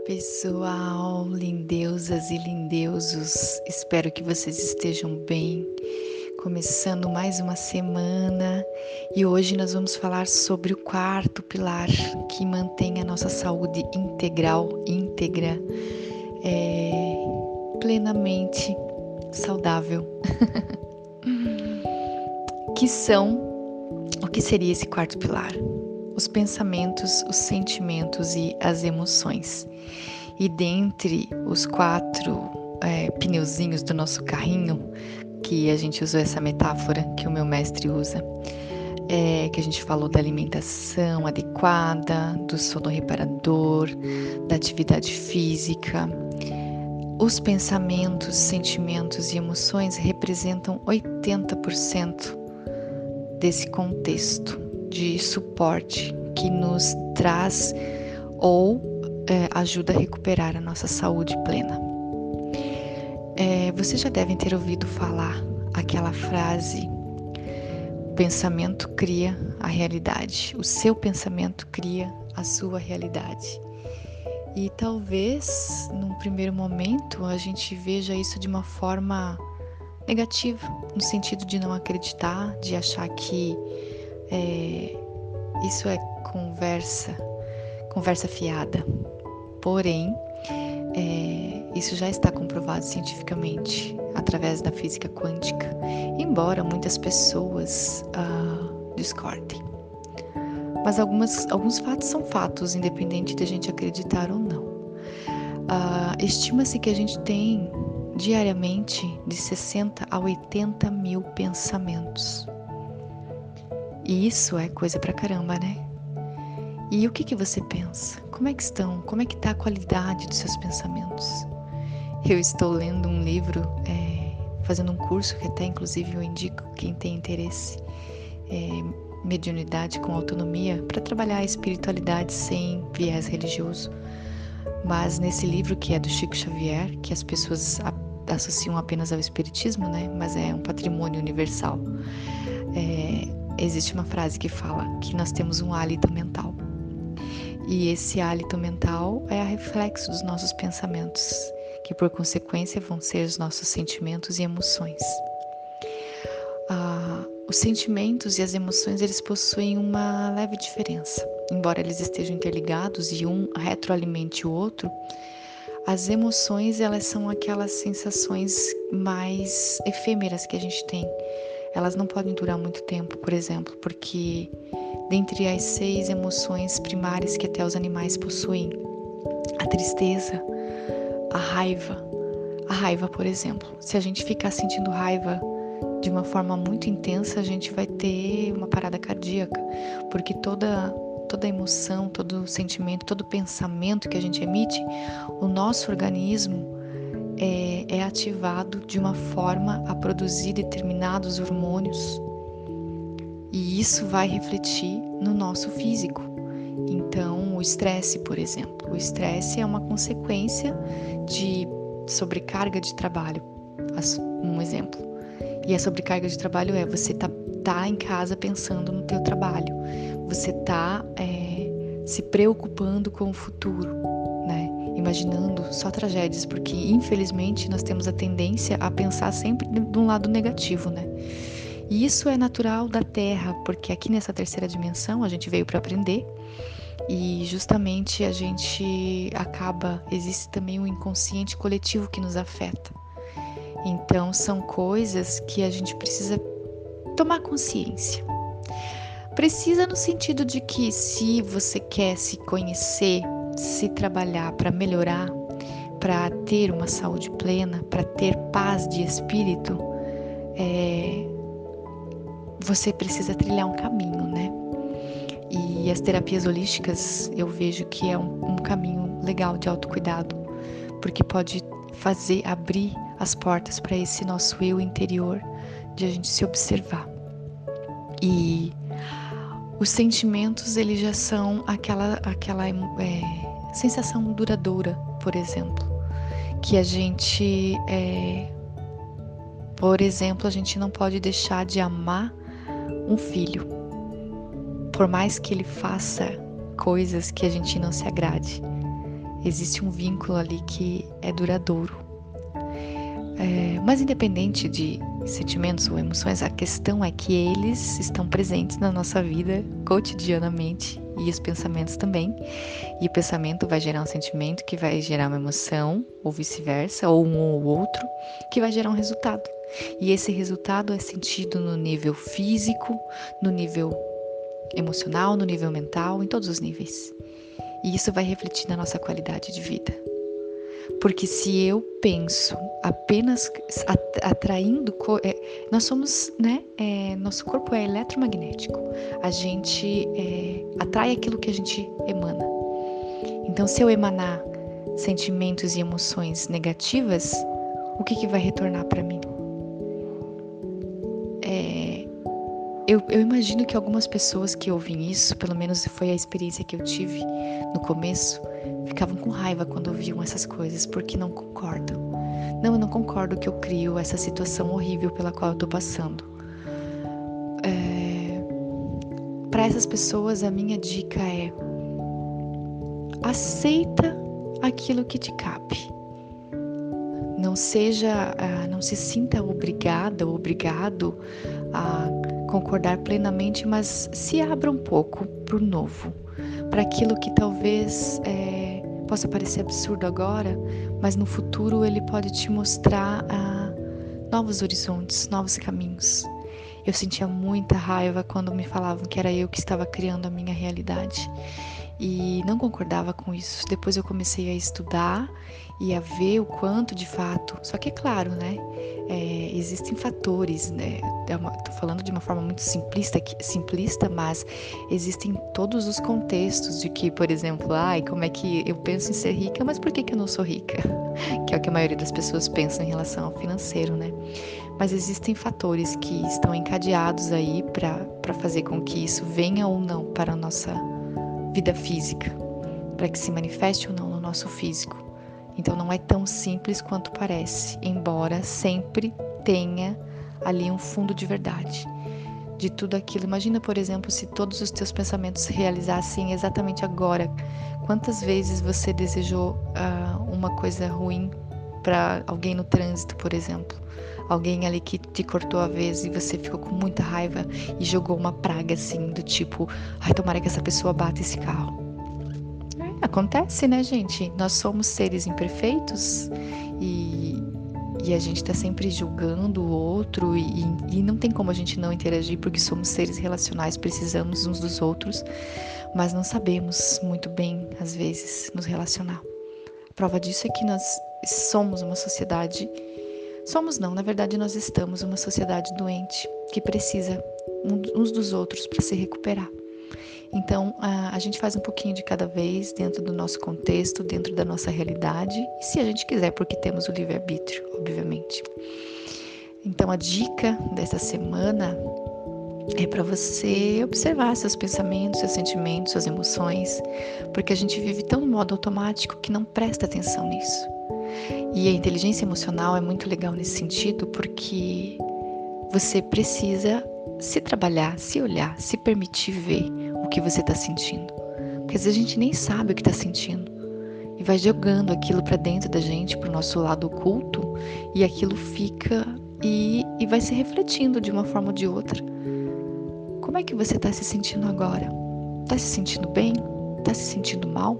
Pessoal, lindeusas e lindeusos, espero que vocês estejam bem. Começando mais uma semana e hoje nós vamos falar sobre o quarto pilar que mantém a nossa saúde íntegra, plenamente saudável. O que seria esse quarto pilar? Os pensamentos, os sentimentos e as emoções. E dentre os 4 pneuzinhos do nosso carrinho, que a gente usou essa metáfora que o meu mestre usa, que a gente falou da alimentação adequada, do sono reparador, da atividade física. Os pensamentos, sentimentos e emoções representam 80% desse contexto de suporte que nos traz ou ajuda a recuperar a nossa saúde plena. Vocês já devem ter ouvido falar aquela frase: o pensamento cria a realidade, o seu pensamento cria a sua realidade. E talvez, num primeiro momento, a gente veja isso de uma forma negativa, no sentido de não acreditar, de achar que isso é conversa fiada. Porém, isso já está comprovado cientificamente através da física quântica, embora muitas pessoas discordem. Mas alguns fatos são fatos, independente de a gente acreditar ou não. Estima-se que a gente tem diariamente de 60 a 80 mil pensamentos. E isso é coisa pra caramba, né? E o que você pensa? Como é que estão? Como é que está a qualidade dos seus pensamentos? Eu estou lendo um livro, fazendo um curso que até inclusive eu indico quem tem interesse, mediunidade com autonomia, para trabalhar a espiritualidade sem viés religioso. Mas nesse livro, que é do Chico Xavier, que as pessoas associam apenas ao espiritismo, né? Mas é um patrimônio universal. Existe uma frase que fala que nós temos um hálito mental. E esse hálito mental é a reflexo dos nossos pensamentos, que por consequência vão ser os nossos sentimentos e emoções. Os sentimentos e as emoções, eles possuem uma leve diferença. Embora eles estejam interligados e um retroalimente o outro, as emoções, elas são aquelas sensações mais efêmeras que a gente tem. Elas não podem durar muito tempo, por exemplo, porque dentre as 6 emoções primárias que até os animais possuem, a tristeza, a raiva, por exemplo. Se a gente ficar sentindo raiva de uma forma muito intensa, a gente vai ter uma parada cardíaca, porque toda emoção, todo sentimento, todo pensamento que a gente emite, o nosso organismo é ativado de uma forma a produzir determinados hormônios, e isso vai refletir no nosso físico. Então, o estresse, por exemplo. O estresse é uma consequência de sobrecarga de trabalho. Um exemplo. E a sobrecarga de trabalho é você tá em casa pensando no teu trabalho. Você tá se preocupando com o futuro, né? Imaginando só tragédias, porque infelizmente nós temos a tendência a pensar sempre de um lado negativo, né? E isso é natural da Terra, porque aqui nessa terceira dimensão a gente veio para aprender e justamente existe também um inconsciente coletivo que nos afeta. Então são coisas que a gente precisa tomar consciência. Precisa no sentido de que se você quer se conhecer, se trabalhar para melhorar, para ter uma saúde plena, para ter paz de espírito, você precisa trilhar um caminho, né? E as terapias holísticas, eu vejo que é um caminho legal de autocuidado, porque pode abrir as portas para esse nosso eu interior, de a gente se observar. E os sentimentos, eles já são aquela sensação duradoura, por exemplo, que a gente, por exemplo, a gente não pode deixar de amar um filho, por mais que ele faça coisas que a gente não se agrade. existe um vínculo ali que é duradouro. Mas independente de sentimentos ou emoções, a questão é que eles estão presentes na nossa vida cotidianamente, e os pensamentos também. E o pensamento vai gerar um sentimento que vai gerar uma emoção, ou vice-versa, ou um ou outro, que vai gerar um resultado. E esse resultado é sentido no nível físico, no nível emocional, no nível mental, em todos os níveis. E isso vai refletir na nossa qualidade de vida. Porque se eu penso apenas atraindo, nós somos, né? Nosso corpo é eletromagnético. A gente atrai aquilo que a gente emana. Então, se eu emanar sentimentos e emoções negativas, o que vai retornar para mim? Eu imagino que algumas pessoas que ouvem isso, pelo menos foi a experiência que eu tive no começo, ficavam com raiva quando ouviam essas coisas, porque não concordam. Não, eu não concordo que eu crio essa situação horrível pela qual eu tô passando. Para essas pessoas, a minha dica é: aceita aquilo que te cabe. Não se sinta obrigada ou obrigado a concordar plenamente, mas se abra um pouco para o novo, para aquilo que talvez possa parecer absurdo agora, mas no futuro ele pode te mostrar novos horizontes, novos caminhos. Eu sentia muita raiva quando me falavam que era eu que estava criando a minha realidade e não concordava com isso. Depois eu comecei a estudar e a ver o quanto de fato, só que é claro, né? Existem fatores, né? Tô falando de uma forma muito simplista, mas existem todos os contextos de que, por exemplo, como é que eu penso em ser rica, mas por que eu não sou rica? Que é o que a maioria das pessoas pensa em relação ao financeiro, né? Mas existem fatores que estão encadeados aí para fazer com que isso venha ou não para a nossa vida física, para que se manifeste ou não no nosso físico. Então não é tão simples quanto parece, embora sempre tenha ali um fundo de verdade de tudo aquilo. Imagina, por exemplo, se todos os teus pensamentos se realizassem exatamente agora. Quantas vezes você desejou uma coisa ruim para alguém no trânsito, por exemplo? Alguém ali que te cortou a vez e você ficou com muita raiva e jogou uma praga assim, do tipo: tomara que essa pessoa bata esse carro. Acontece, né, gente? Nós somos seres imperfeitos e a gente está sempre julgando o outro e não tem como a gente não interagir, porque somos seres relacionais, precisamos uns dos outros, mas não sabemos muito bem, às vezes, nos relacionar. A prova disso é que nós somos uma sociedade. Somos não, na verdade nós estamos uma sociedade doente que precisa uns dos outros para se recuperar. Então a gente faz um pouquinho de cada vez dentro do nosso contexto, dentro da nossa realidade, e se a gente quiser, porque temos o livre-arbítrio, obviamente. Então a dica dessa semana é para você observar seus pensamentos, seus sentimentos, suas emoções, porque a gente vive tão no modo automático que não presta atenção nisso. E a inteligência emocional é muito legal nesse sentido, porque você precisa se trabalhar, se olhar, se permitir ver o que você está sentindo. Porque às vezes a gente nem sabe o que está sentindo e vai jogando aquilo para dentro da gente, para o nosso lado oculto, e aquilo fica e vai se refletindo de uma forma ou de outra. Como é que você está se sentindo agora? Está se sentindo bem? Está se sentindo mal?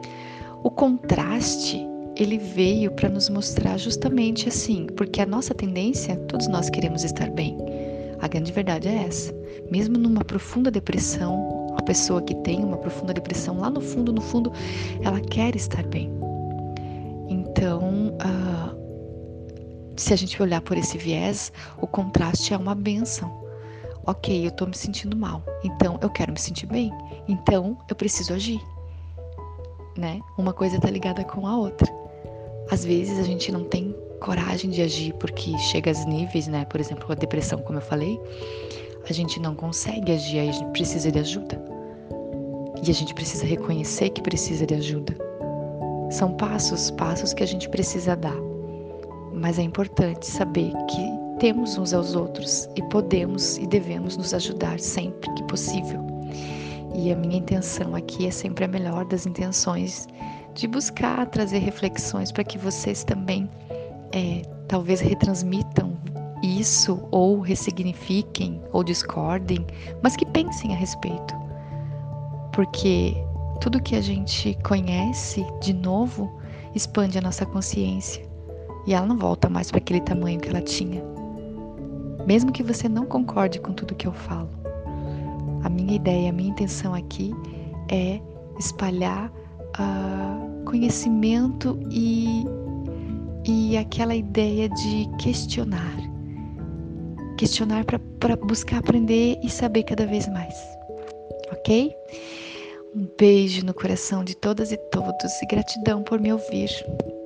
O contraste, ele veio para nos mostrar justamente assim, porque a nossa tendência, todos nós queremos estar bem. A grande verdade é essa. Mesmo numa profunda depressão, a pessoa que tem uma profunda depressão, lá no fundo, ela quer estar bem. Então, se a gente olhar por esse viés, o contraste é uma bênção. Ok, eu estou me sentindo mal, então eu quero me sentir bem, então eu preciso agir, né? Uma coisa está ligada com a outra. Às vezes a gente não tem coragem de agir porque chega a níveis, né? Por exemplo, a depressão, como eu falei, a gente não consegue agir, aí a gente precisa de ajuda. E a gente precisa reconhecer que precisa de ajuda. São passos que a gente precisa dar. Mas é importante saber que temos uns aos outros e podemos e devemos nos ajudar sempre que possível. E a minha intenção aqui é sempre a melhor das intenções de buscar trazer reflexões para que vocês também talvez retransmitam isso, ou ressignifiquem, ou discordem, mas que pensem a respeito. Porque tudo que a gente conhece de novo expande a nossa consciência e ela não volta mais para aquele tamanho que ela tinha. Mesmo que você não concorde com tudo que eu falo, a minha ideia, a minha intenção aqui é espalhar conhecimento e aquela ideia de questionar para buscar aprender e saber cada vez mais, ok? Um beijo no coração de todas e todos e gratidão por me ouvir.